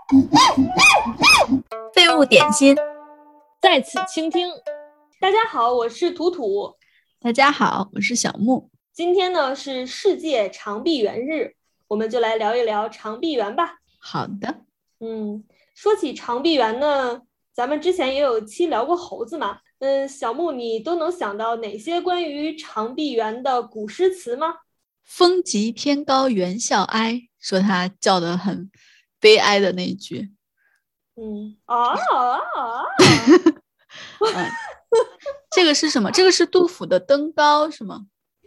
废物点心， 在此倾听。大家好，我是图图。 大家好，我是小木。 今天呢是世界长臂猿日，我们就来聊一聊长臂猿吧。 好的。 说起长臂猿呢，咱们之前也有期聊过猴子嘛。小木，你都能想到哪些关于长臂猿的古诗词吗？ 风急天高猿啸哀，说他叫得很悲哀的那一句。这个是什么？这个是杜甫的《登高》是吗？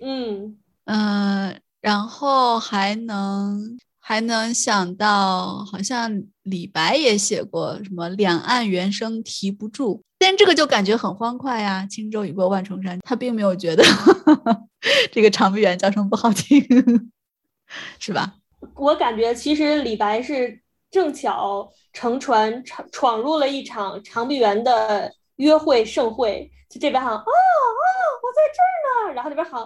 然后还能想到，好像李白也写过什么两岸猿声啼不住，但这个就感觉很欢快呀，轻舟已过万重山，他并没有觉得这个长臂猿叫声不好听是吧？ 我感觉其实李白是正巧乘船闯入了一场长臂猿的约会盛会，就这边喊我在这儿呢，然后那边喊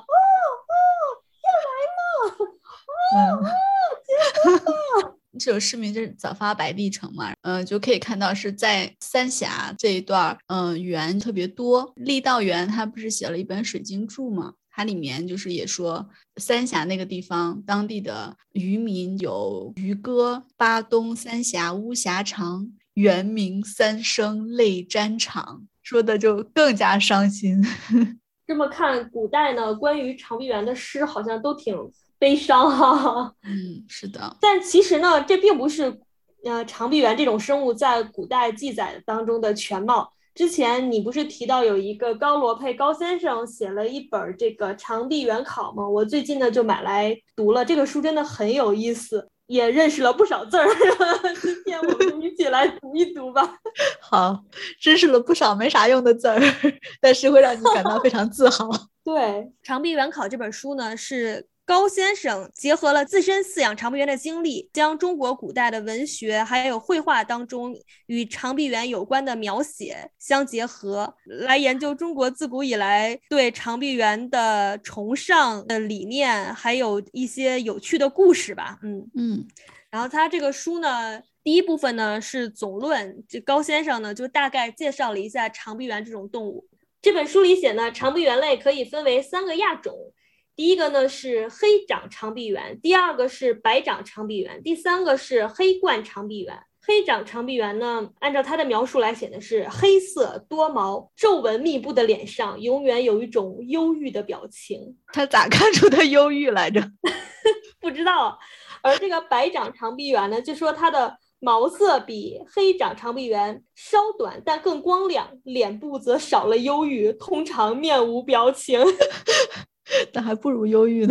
要来吗？结婚了。 这首诗名就是早发白帝城嘛，就可以看到是在三峡这一段，猿特别多。郦道元他不是写了一本《水经注》嘛，它里面就是也说三峡那个地方当地的渔民有渔歌巴东三峡巫峡长，猿鸣三声泪沾场，说的就更加伤心。 这么看，古代呢关于长臂猿的诗好像都挺悲伤哈。 是的。 但其实呢，这并不是长臂猿这种生物在古代记载当中的全貌。之前你不是提到有一个高罗佩高先生写了一本这个长臂猿考吗？我最近呢就买来读了，这个书真的很有意思，也认识了不少字儿。今天我们就一起来读一读吧。 好，认识了不少没啥用的字儿，但是会让你感到非常自豪。 对，《长臂猿考》这本书呢是高先生结合了自身饲养长臂猿的经历，将中国古代的文学还有绘画当中与长臂猿有关的描写相结合，来研究中国自古以来对长臂猿的崇尚的理念，还有一些有趣的故事吧。然后他这个书呢，第一部分呢是总论，这高先生呢就大概介绍了一下长臂猿这种动物。这本书里写呢，长臂猿类可以分为3个亚种。第一个呢是黑掌长臂猿，第二个是白掌长臂猿，第3个是黑冠长臂猿。黑掌长臂猿呢，按照它的描述来写的是黑色多毛皱纹密布的脸上永远有一种忧郁的表情。 他咋看出他忧郁来着？ 不知道。而这个白掌长臂猿呢，就说它的毛色比黑掌长臂猿稍短，但更光亮，脸部则少了忧郁，通常面无表情。 那还不如忧郁呢。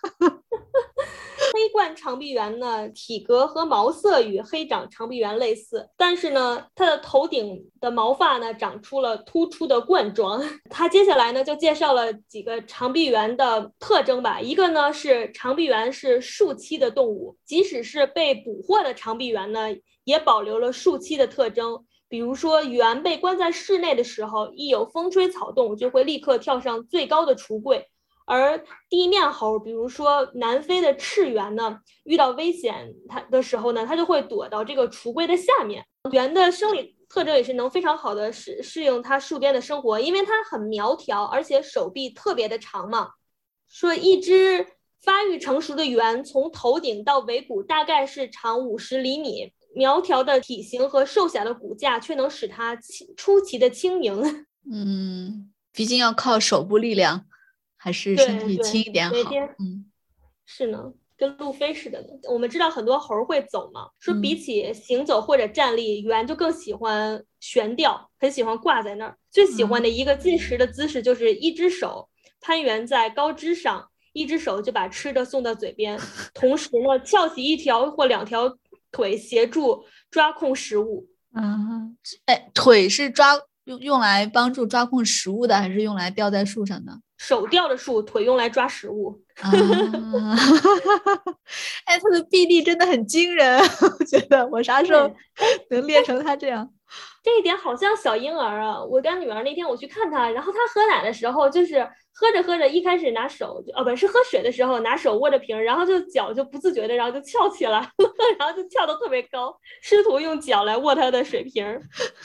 黑冠长臂猿呢，体格和毛色与黑掌长臂猿类似，但是呢，它的头顶的毛发呢，长出了突出的冠状。它接下来呢，就介绍了几个长臂猿的特征吧。一个呢是长臂猿是树栖的动物，即使是被捕获的长臂猿呢，也保留了树栖的特征。比如说，猿被关在室内的时候，一有风吹草动，就会立刻跳上最高的橱柜。而地面猴，比如说南非的赤猿呢，遇到危险的时候呢，它就会躲到这个橱柜的下面。猿的生理特征也是能非常好的适应它树边的生活，因为它很苗条，而且手臂特别的长嘛。说一只发育成熟的猿，从头顶到尾骨大概是长50厘米，苗条的体型和瘦小的骨架却能使它出奇的轻盈。 毕竟要靠手部力量，还是身体轻一点好。 是呢，跟路飞似的。我们知道很多猴会走嘛，说比起行走或者站立，猿就更喜欢悬吊，很喜欢挂在那儿。最喜欢的一个进食的姿势就是一只手攀援在高枝上，一只手就把吃的送到嘴边，同时呢翘起1条或2条腿协助抓控食物。 腿是用来帮助抓控食物的，还是用来吊在树上的？ 手吊着树，腿用来抓食物。 他的臂力真的很惊人。我觉得我啥时候能练成他这样？ 这一点好像小婴儿啊！我跟女儿那天我去看她，然后她喝奶的时候，就是喝着喝着，一开始拿手不是喝水的时候拿手握着瓶，然后就脚就不自觉的，然后就翘起来了，然后就翘得特别高，试图用脚来握她的水瓶。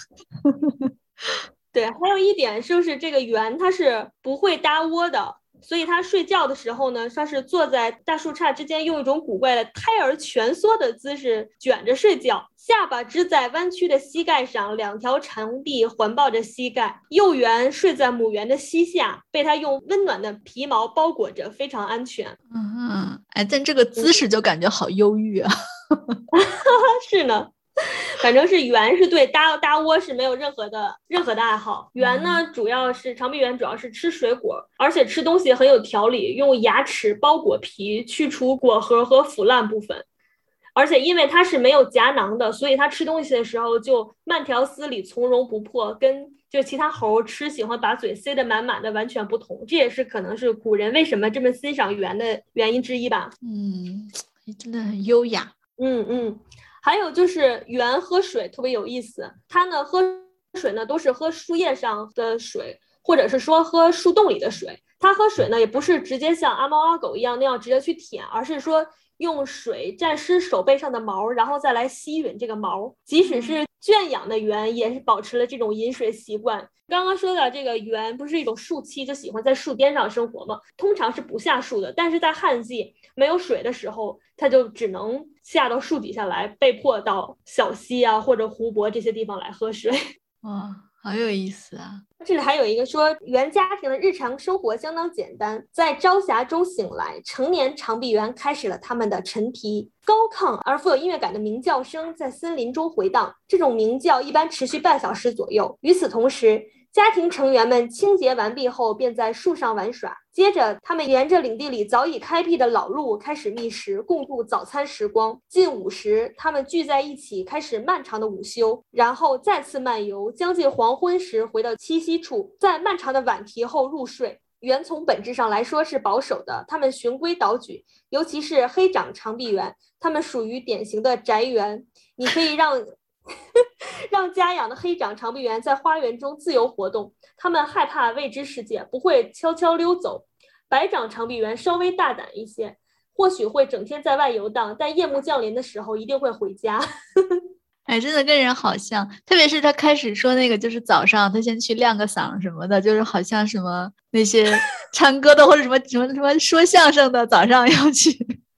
对，还有一点就是这个猿它是不会搭窝的，所以它睡觉的时候呢，它是坐在大树杈之间，用一种古怪的胎儿蜷缩的姿势卷着睡觉，下巴支在弯曲的膝盖上，两条长臂环抱着膝盖。幼猿睡在母猿的膝下，被它用温暖的皮毛包裹着，非常安全。 哎，但这个姿势就感觉好忧郁啊。 是呢。反正是猿是对搭窝是没有任何的爱好。猿呢，主要是长臂猿，主要是吃水果，而且吃东西很有条理，用牙齿包裹皮，去除果核和腐烂部分。而且因为它是没有夹囊的，所以它吃东西的时候就慢条斯理、从容不迫，跟就其他猴吃喜欢把嘴塞得满满的完全不同。这也是可能是古人为什么这么欣赏猿的原因之一吧。 真的很优雅。 还有就是猿喝水特别有意思，它呢喝水呢都是喝树叶上的水，或者是说喝树洞里的水。它喝水呢也不是直接像阿猫阿狗一样那样直接去舔，而是说用水沾湿手背上的毛，然后再来吸吮这个毛。即使是圈养的猿也是保持了这种饮水习惯。刚刚说到这个猿不是一种树栖，就喜欢在树巅上生活吗？通常是不下树的，但是在旱季没有水的时候，它就只能下到树底下来，被迫到小溪啊或者湖泊这些地方来喝水。 哇，好有意思啊！ 这里还有一个说，猿家庭的日常生活相当简单，在朝霞中醒来，成年长臂猿开始了他们的晨啼。高亢而富有音乐感的鸣叫声在森林中回荡，这种鸣叫一般持续半小时左右。与此同时，家庭成员们清洁完毕后便在树上玩耍，接着他们沿着领地里早已开辟的老路开始觅食，共度早餐时光。近午时，他们聚在一起开始漫长的午休，然后再次漫游，将近黄昏时回到栖息处，在漫长的晚啼后入睡。猿从本质上来说是保守的，他们循规蹈矩，尤其是黑掌长臂猿，他们属于典型的宅猿。你可以让家养的黑掌长臂猿在花园中自由活动，他们害怕未知世界，不会悄悄溜走。白掌长臂猿稍微大胆一些，或许会整天在外游荡，但夜幕降临的时候一定会回家。 哎，真的跟人好像，特别是他开始说那个，就是早上他先去亮个嗓什么的，就是好像什么那些唱歌的或者什么说相声的，早上要去。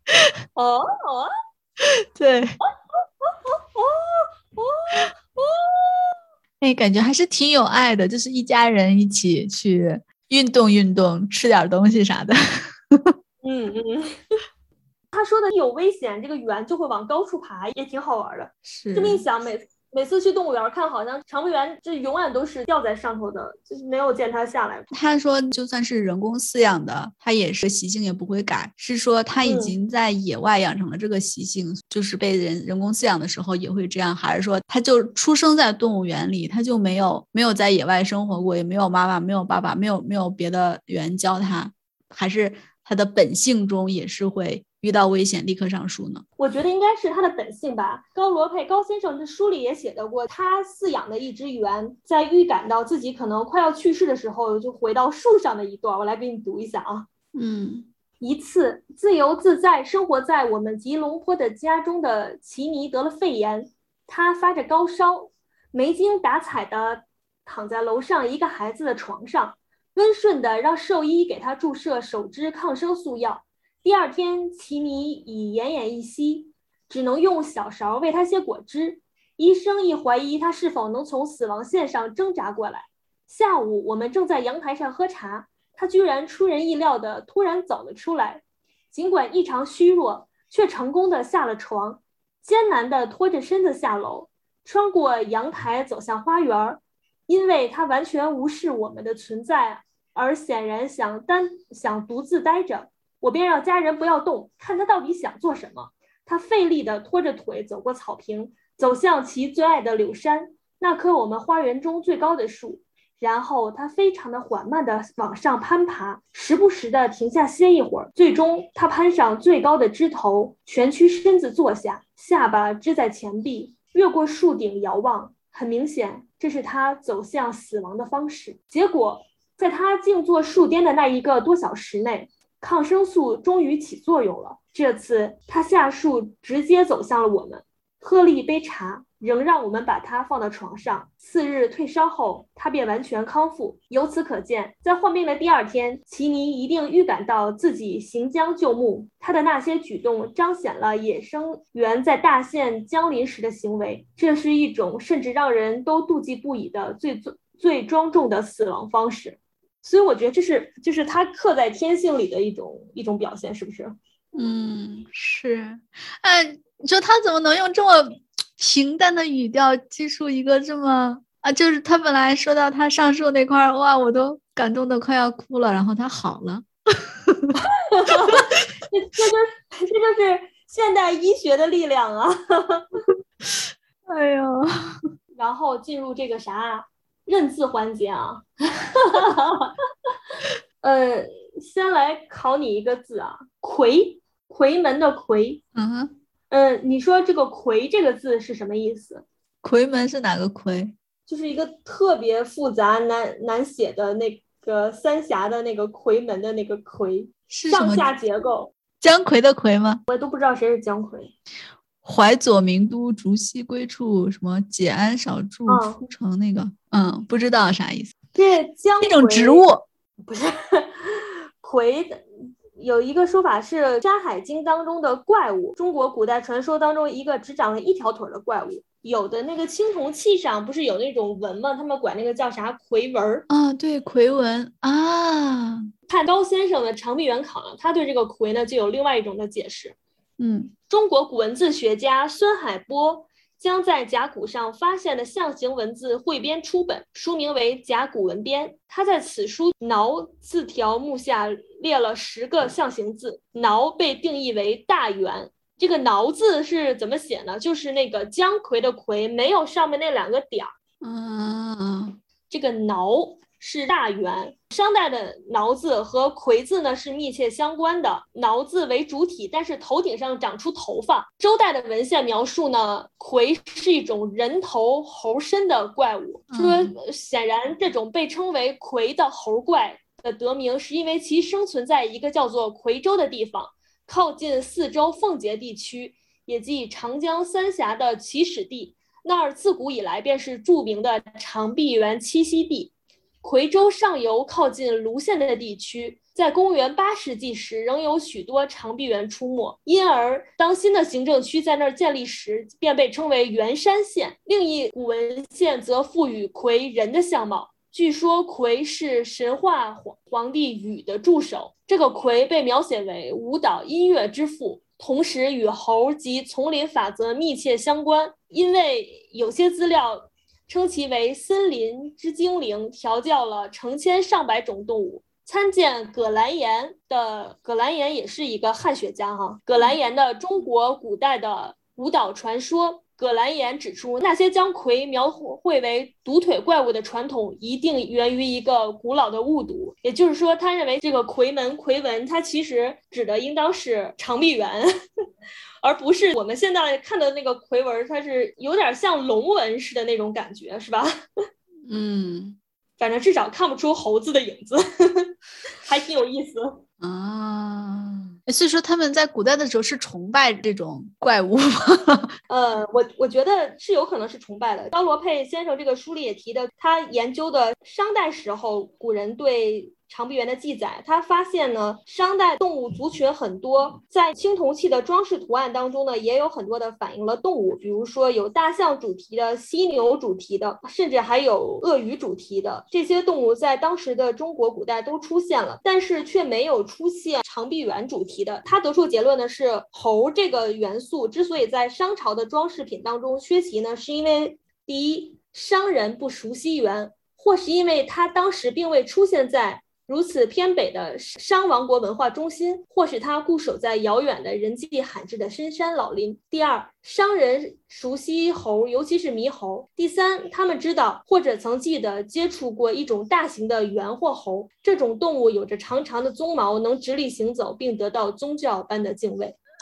对。哎，感觉还是挺有爱的，就是一家人一起去运动运动，吃点东西啥的。 他说的有危险，这个猿就会往高处爬，也挺好玩的。 是这么一想，每次去动物园看，好像长臂猿这永远都是吊在上头的，就是没有见它下来。 他说，就算是人工饲养的，他也是习性也不会改，是说他已经在野外养成了这个习性，就是被人工饲养的时候也会这样，还是说他就出生在动物园里，他就没有在野外生活过，也没有妈妈，没有爸爸，没有别的猿教他，还是他的本性中也是会遇到危险立刻上树呢？ 我觉得应该是他的本性吧。高罗佩高先生这书里也写到过，他饲养的一只猿在预感到自己可能快要去世的时候，就回到树上的一段，我来给你读一下啊。一次自由自在生活在我们吉隆坡的家中的奇尼得了肺炎，他发着高烧，没精打采的躺在楼上一个孩子的床上，温顺的让兽医给他注射首支抗生素药。第二天，奇尼已奄奄一息，只能用小勺喂他些果汁。医生一怀疑他是否能从死亡线上挣扎过来。下午，我们正在阳台上喝茶，他居然出人意料的突然走了出来，尽管异常虚弱，却成功的下了床，艰难的拖着身子下楼，穿过阳台走向花园。因为他完全无视我们的存在，而显然想独自待着，我便让家人不要动，看他到底想做什么。他费力地拖着腿走过草坪，走向其最爱的柳杉，那棵我们花园中最高的树。然后他非常的缓慢地往上攀爬，时不时地停下歇一会儿。最终他攀上最高的枝头，蜷曲身子坐下，下巴支在前臂，越过树顶遥望。 很明显，这是他走向死亡的方式。结果，在他静坐树巅的那1个多小时内，抗生素终于起作用了。这次他下树，直接走向了我们，喝了一杯茶，仍让我们把他放到床上。4日退烧后，他便完全康复。由此可见，在患病的第2天，奇尼一定预感到自己行将就木。他的那些举动彰显了野生猿在大限将临时的行为，这是一种甚至让人都妒忌不已的最庄重的死亡方式。所以我觉得这是就是他刻在天性里的一种表现，是不是？ 是。你说他怎么能用这么平淡的语调记述一个这么就是他本来说到他上树那块哇，我都感动的快要哭了，然后他好了。 这就是现代医学的力量啊！ 哎呦， 然后进入这个认字环节啊。先来考你一个字啊，夔门的夔。你说这个夔这个字是什么意思？ 夔门是哪个夔？ 就是一个特别复杂难写的那个三峡的那个夔门的那个夔，上下结构。 姜夔的夔吗？ 我都不知道谁是姜夔。 淮左名都，逐溪归处，什么解鞍少驻，出城那个，不知道啥意思。 这姜夔一种植物， 不是夔。有一个说法是《山海经》当中的怪物，中国古代传说当中一个只长了1条腿的怪物。有的那个青铜器上不是有那种纹吗？他们管那个叫啥夔纹啊？对，夔纹啊。 看高先生的《长臂猿考》呢，他对这个夔呢就有另外一种的解释。中国古文字学家孙海波将在甲骨上发现的象形文字汇编出本，书名为《甲骨文编》。他在此书挠字条目下列了10个象形字，挠被定义为大圆。这个挠字是怎么写呢？就是那个姜夔的夔没有上面那2个点儿。这个挠是大圆。商代的挠字和夔字呢是密切相关的，挠字为主体，但是头顶上长出头发。周代的文献描述呢，夔是一种人头猴身的怪物，说显然这种被称为夔的猴怪的得名是因为其生存在一个叫做夔州的地方，靠近4州奉节地区，也即长江三峡的起始地，那儿自古以来便是著名的长臂猿栖息地。夔州上游靠近泸县的地区，在公元8世纪时仍有许多长臂猿出没，因而当新的行政区在那儿建立时，便被称为猿山县。另一古文献则赋予夔人的相貌，据说夔是神话皇帝禹的助手。这个夔被描写为舞蹈音乐之父，同时与猴及丛林法则密切相关，因为有些资料称其为森林之精灵，调教了成千上百种动物。参见葛兰言也是一个汉学家葛兰言的《中国古代的舞蹈传说》。葛兰言指出，那些将夔描绘为独腿怪物的传统一定源于一个古老的误读，也就是说他认为这个夔门夔纹它其实指的应当是长臂猿而不是我们现在看的那个夔纹，它是有点像龙纹似的那种感觉，是吧？反正至少看不出猴子的影子还挺有意思啊。所以说他们在古代的时候是崇拜这种怪物吗？ 我觉得是有可能是崇拜的。高罗佩先生这个书里也提的，他研究的商代时候古人对长臂猿的记载，他发现呢，商代动物族群很多，在青铜器的装饰图案当中呢，也有很多的反映了动物，比如说有大象主题的、犀牛主题的，甚至还有鳄鱼主题的。这些动物在当时的中国古代都出现了，但是却没有出现长臂猿主题的。他得出结论呢是，猴这个元素之所以在商朝的装饰品当中缺席呢，是因为第一，商人不熟悉猿，或是因为它当时并未出现在如此偏北的商王国文化中心，或是他固守在遥远的人迹罕至的深山老林。第二，商人熟悉猴，尤其是猕猴。第三，他们知道或者曾记得接触过一种大型的猿或猴，这种动物有着长长的鬃毛，能直立行走，并得到宗教般的敬畏。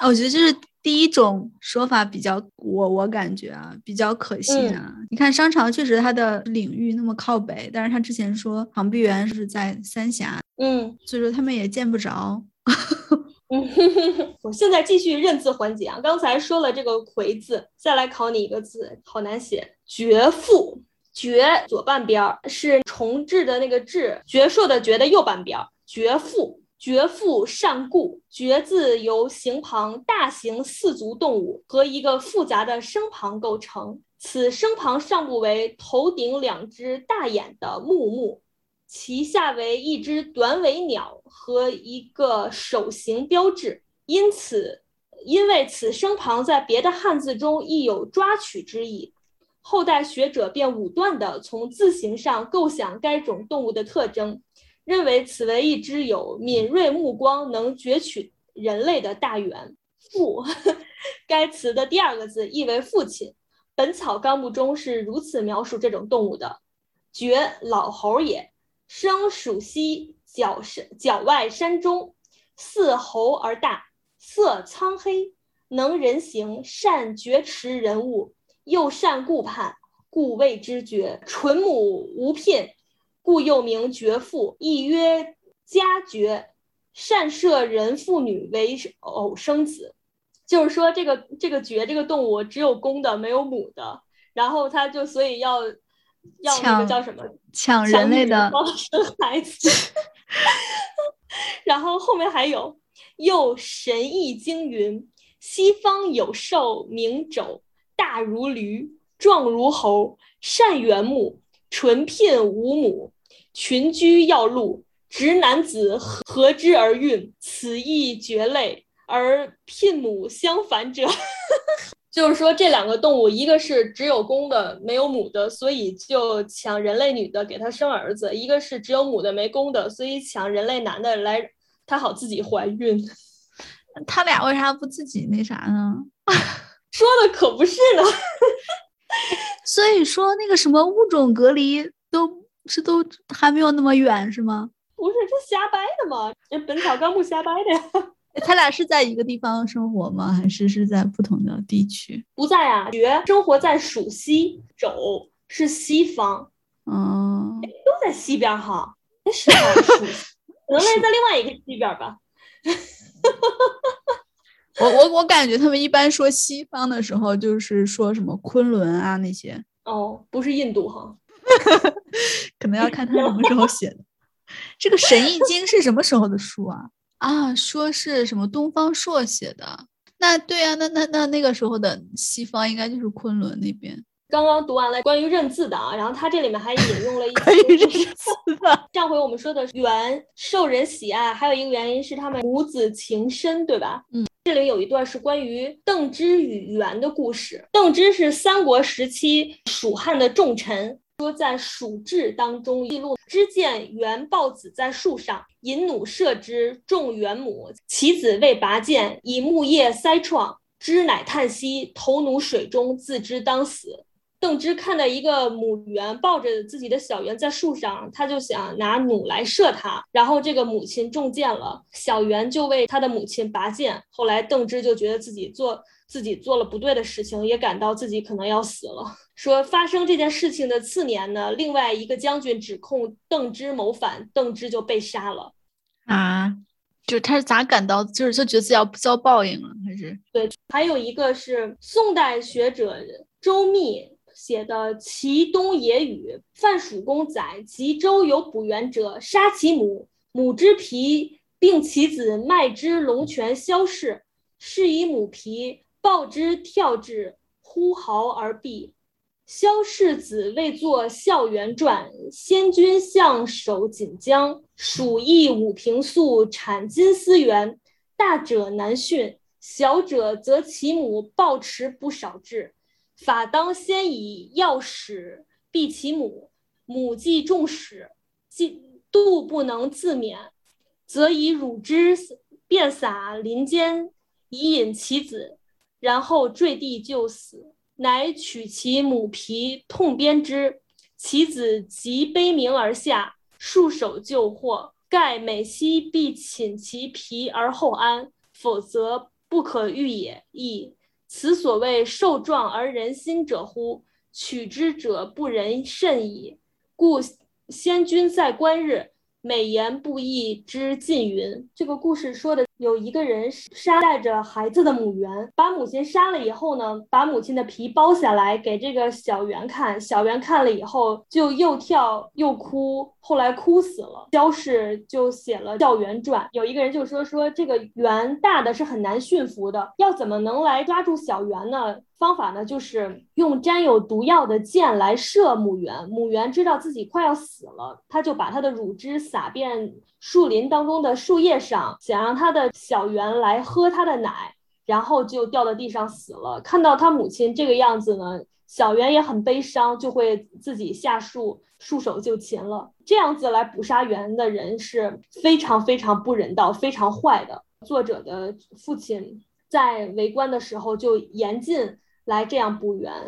我觉得这是第一种说法比较我感觉啊比较可信啊。你看商朝确实它的领域那么靠北，但是他之前说长臂猿是在三峡，所以说他们也见不着。 我现在继续认字环节啊，刚才说了这个魁字，再来考你一个字，好难写，绝父。绝左半边是重置的那个置，矍铄的矍的右半边，绝父。绝父善固，绝字由形旁大型四足动物和一个复杂的声旁构成，此声旁上部为头顶两只大眼的木木，其下为一只短尾鸟和一个手形标志，因为此声旁在别的汉字中亦有抓取之意，后代学者便武断地从字形上构想该种动物的特征，认为此为一只有敏锐目光能攫取人类的大猿。父，该词的第二个字意为父亲，本草纲目中是如此描述这种动物的。绝，老猴也，生属溪角外山中，似猴而大，色苍黑，能人形，善攫持人物，又善顾盼，故谓之绝。纯母无聘，故又名绝妇，亦曰家绝，善摄人妇女为偶生子。就是说这个绝这个动物只有公的没有母的，然后他就所以要那个叫什么抢人类的生孩子。然后后面还有又神异经云，西方有兽名肘，大如驴，壮如猴，善缘木，纯聘无母，群居要路，直男子合之而孕，此亦绝类，而聘母相反者。就是说这两个动物，一个是只有公的没有母的，所以就抢人类女的给他生儿子，一个是只有母的没公的，所以抢人类男的来他好自己怀孕。 他俩为啥不自己那啥呢？ 说的可不是呢。 所以说那个什么物种隔离都还没有那么远是吗？ 不是，这瞎掰的嘛，这《本草纲目》瞎掰的呀。 他俩是在一个地方生活吗？还是在不同的地区？ 不在啊，绝生活在蜀西，肘是西方，都在西边哈。是吗？蜀西可能是在另外一个西边吧。 我感觉他们一般说西方的时候，就是说什么昆仑啊那些。 哦，不是印度哈。 可能要看他什么时候写的。这个《神异经》是什么时候的书啊？说是什么东方朔写的。那对啊，那个时候的西方应该就是昆仑那边。 刚刚读完了关于认字的啊，然后他这里面还引用了一些关于认字的。 上回我们说的猿受人喜爱，还有一个原因是他们母子情深，对吧？这里有一段是关于邓芝与猿的故事。邓芝是三国时期蜀汉的重臣，说在蜀志当中记录，只见猿抱子在树上，引弩射之，中猿母，其子未拔剑，以木叶塞创，芝乃叹息，投弩水中，自知当死。邓芝看到一个母猿抱着自己的小猿在树上，他就想拿弩来射它，然后这个母亲中箭了，小猿就为他的母亲拔剑。后来邓芝就觉得自己做了不对的事情，也感到自己可能要死了。说发生这件事情的次年呢，另外一个将军指控邓芝谋反，邓芝就被杀了。 就他是咋感到，就觉得自己要遭报应了，还是？ 对，还有一个是宋代学者周密写的《齐东野语》，范蜀公载，吉州有捕猿者，杀其母，母之皮，并其子卖之龙泉消逝，是以母皮抱之跳之，呼号而毙。萧氏子为作孝园传，先君相守锦江，蜀邑武平素产金丝猿，大者难驯，小者则其母抱持不少之。法当先以药使避其母，母既重使，度不能自免，则以乳汁遍洒林间，以引其子，然后坠地就死。乃取其母皮痛鞭之，其子即悲鸣而下，束手就获。盖每夕必寝其皮而后安，否则不可喻也。亦此所谓受壮而人心者乎？取之者不仁甚矣。故先君在官日，美言不义之近云。这个故事说的有一个人杀带着孩子的母猿，把母亲杀了以后呢，把母亲的皮剥下来给这个小猿看，小猿看了以后就又跳又哭，后来哭死了。萧氏就写了《孝猿传》，有一个人就说这个猿大的是很难驯服的，要怎么能来抓住小猿呢？方法呢，就是用沾有毒药的箭来射母猿。母猿知道自己快要死了，他就把它的乳汁撒遍树林当中的树叶上，想让他的小猿来喝他的奶，然后就掉到地上死了。看到他母亲这个样子呢，小猿也很悲伤，就会自己下树束手就擒了。这样子来捕杀猿的人是非常非常不人道、非常坏的。作者的父亲在为官的时候就严禁来这样捕猿。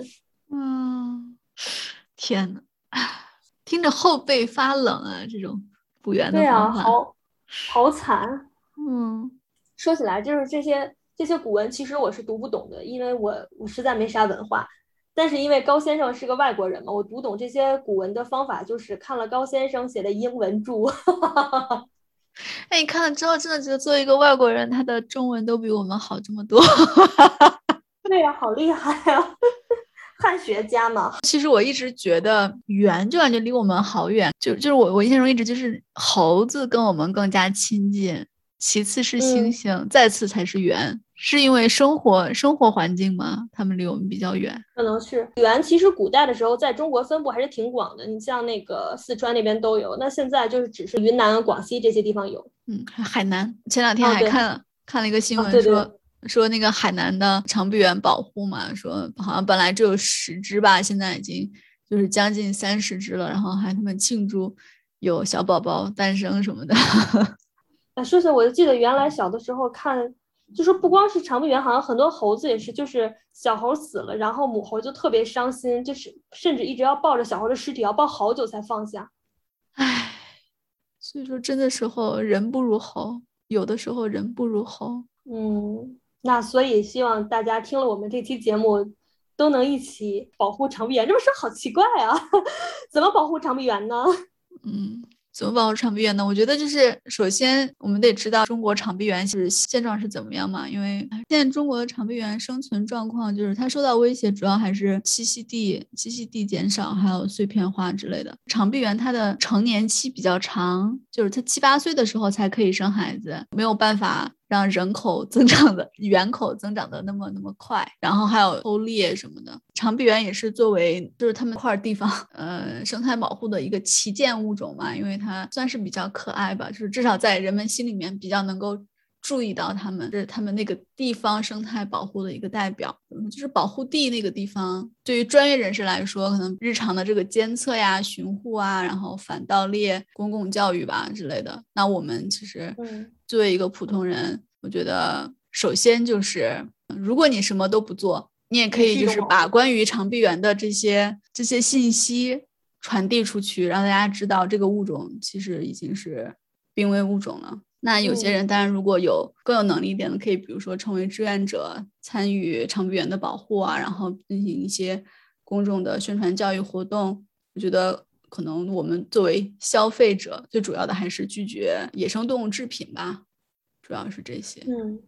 天哪，听着后背发冷啊！这种捕猿的对啊， 方法， 好惨。说起来，就是这些古文，其实我是读不懂的，因为我实在没啥文化。但是因为高先生是个外国人嘛，我读懂这些古文的方法就是看了高先生写的英文注。 哎，你看了之后，真的觉得作为一个外国人，他的中文都比我们好这么多。 对呀，好厉害呀！汉学家嘛。 其实我一直觉得猿就感觉离我们好远，就是我印象中一直就是猴子跟我们更加亲近，其次是猩猩，再次才是猿。是因为生活环境吗？他们离我们比较远？ 可能是。猿其实古代的时候在中国分布还是挺广的，你像那个四川那边都有，那现在就是只是云南、广西这些地方有。 海南前两天还看了一个新闻说那个海南的长臂猿保护嘛，说好像本来只有10只吧，现在已经就是将近30只了，然后还他们庆祝有小宝宝诞生什么的。 说起我就记得原来小的时候看，就说不光是长臂猿，好像很多猴子也是，就是小猴死了，然后母猴就特别伤心，就是甚至一直要抱着小猴的尸体，要抱好久才放下。 唉，所以说真的时候人不如猴，有的时候人不如猴。 那所以希望大家听了我们这期节目都能一起保护长臂猿。这么说好奇怪啊，怎么保护长臂猿呢？ 怎么保护长臂猿呢？我觉得就是首先我们得知道中国长臂猿是现状是怎么样嘛，因为现在中国的长臂猿生存状况就是它受到威胁主要还是栖息地减少，还有碎片化之类的。长臂猿它的成年期比较长，就是它7、8岁的时候才可以生孩子，没有办法让猿口增长的那么快，然后还有偷猎什么的。长臂猿也是作为就是他们块地方生态保护的一个旗舰物种嘛，因为它算是比较可爱吧，就是至少在人们心里面比较能够注意到它们，是他们那个地方生态保护的一个代表。就是保护地那个地方对于专业人士来说，可能日常的这个监测呀、巡护啊，然后反盗猎、公共教育吧之类的。那我们其实作为一个普通人，我觉得首先就是如果你什么都不做，你也可以就是把关于长臂猿的这些信息传递出去，让大家知道这个物种其实已经是濒危物种了。那有些人当然如果更有能力一点的，可以比如说成为志愿者，参与长臂猿的保护啊，然后进行一些公众的宣传教育活动。我觉得可能我们作为消费者，最主要的还是拒绝野生动物制品吧，主要是这些。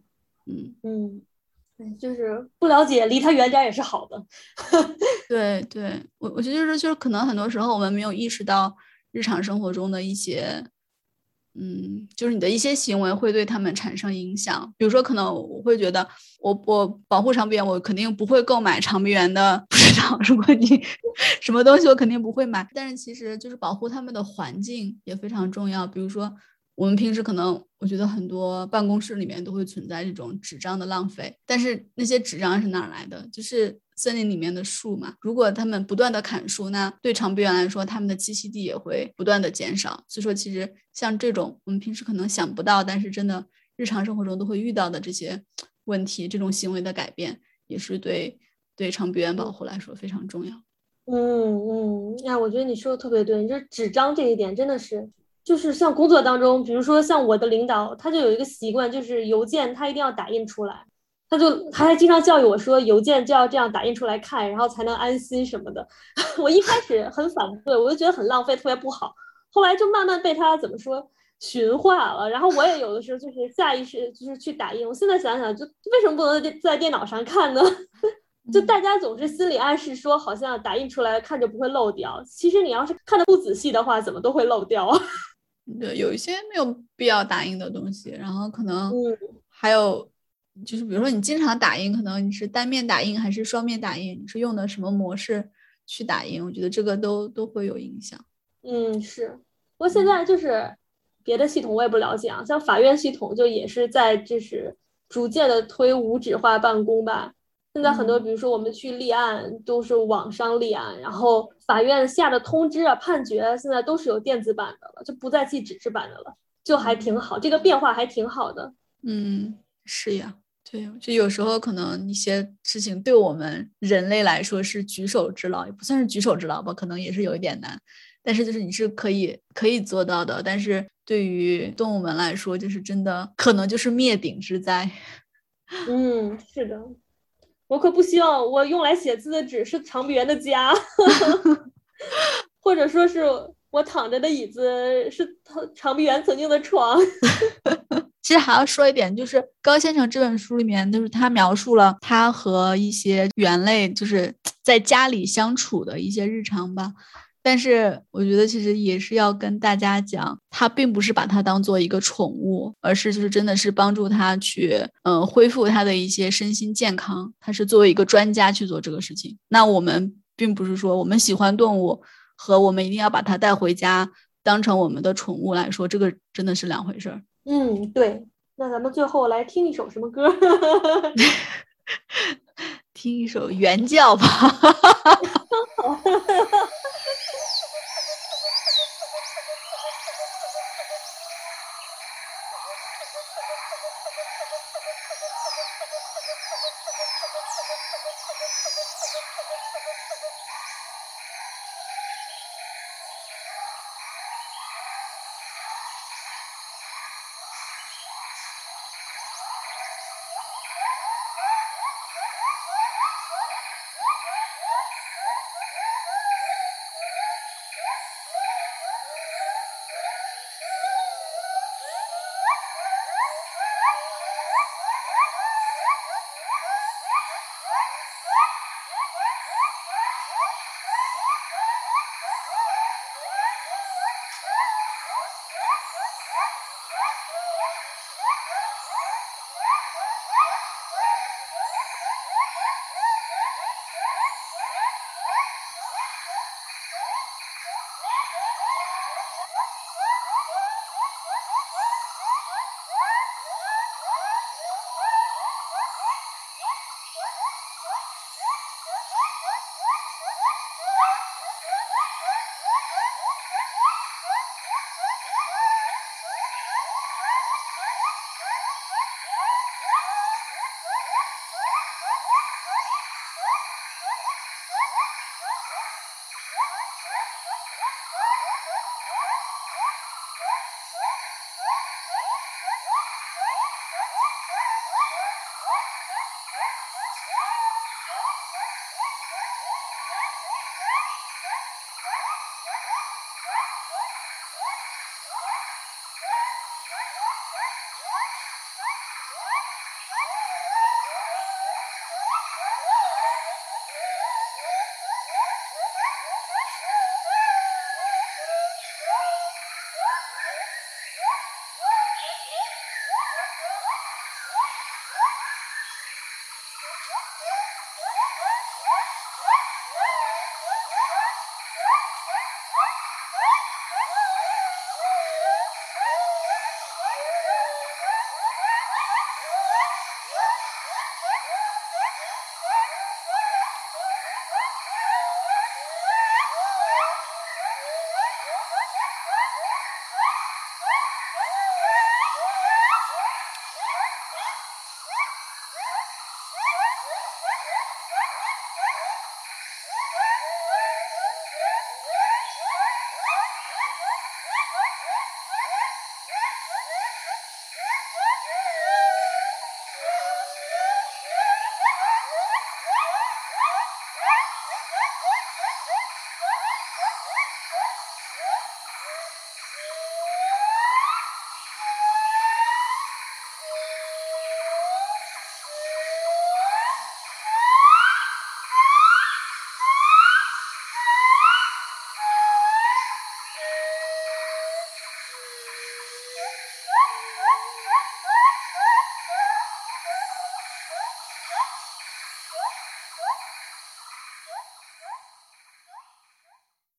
就是不了解，离他远点也是好的。 对，我觉得就是可能很多时候我们没有意识到日常生活中的一些就是你的一些行为会对他们产生影响。比如说可能我会觉得我保护长臂猿，我肯定不会购买长臂猿的，不知道如果你什么东西我肯定不会买，但是其实就是保护他们的环境也非常重要。比如说我们平时可能我觉得很多办公室里面都会存在这种纸张的浪费，但是那些纸张是哪来的？就是森林里面的树嘛，如果他们不断的砍树，那对长臂猿来说他们的栖息地也会不断的减少。所以说其实像这种我们平时可能想不到，但是真的日常生活中都会遇到的这些问题，这种行为的改变也是对长臂猿保护来说非常重要。 我觉得你说的特别对，你这纸张这一点真的是，就是像工作当中，比如说像我的领导，他就有一个习惯，就是邮件他一定要打印出来。 他还经常教育我说邮件就要这样打印出来看，然后才能安心什么的。我一开始很反对，我就觉得很浪费，特别不好。后来就慢慢被他怎么说驯化了，然后我也有的时候就是下意识就是去打印。我现在想想，就为什么不能在电脑上看呢？就大家总是心理暗示说好像打印出来看着不会漏掉，其实你要是看得不仔细的话，怎么都会漏掉啊。 对，有一些没有必要打印的东西，然后可能还有就是比如说你经常打印，可能你是单面打印还是双面打印，你是用的什么模式去打印，我觉得这个都会有影响。 是。不过现在就是别的系统我也不了解啊，像法院系统就也是在就是逐渐的推无纸化办公吧。现在很多比如说我们去立案都是网上立案，然后法院下的通知啊判决现在都是有电子版的了，就不再记纸质版的了，就还挺好，这个变化还挺好的。 是呀，对，就有时候可能一些事情对我们人类来说是举手之劳，也不算是举手之劳吧，可能也是有一点难，但是就是你是可以做到的，但是对于动物们来说，就是真的可能就是灭顶之灾。 是的，我可不希望我用来写字的纸是长臂猿的家，或者说是我躺着的椅子是长臂猿曾经的床。 其实还要说一点，就是高先生这本书里面，就是他描述了他和一些猿类就是在家里相处的一些日常吧。但是我觉得其实也是要跟大家讲，他并不是把它当做一个宠物，而是就是真的是帮助他去恢复他的一些身心健康。他是作为一个专家去做这个事情。那我们并不是说我们喜欢动物和我们一定要把它带回家当成我们的宠物来说，这个真的是两回事儿。 对，那咱们最后来听一首什么歌？ 听一首原教吧。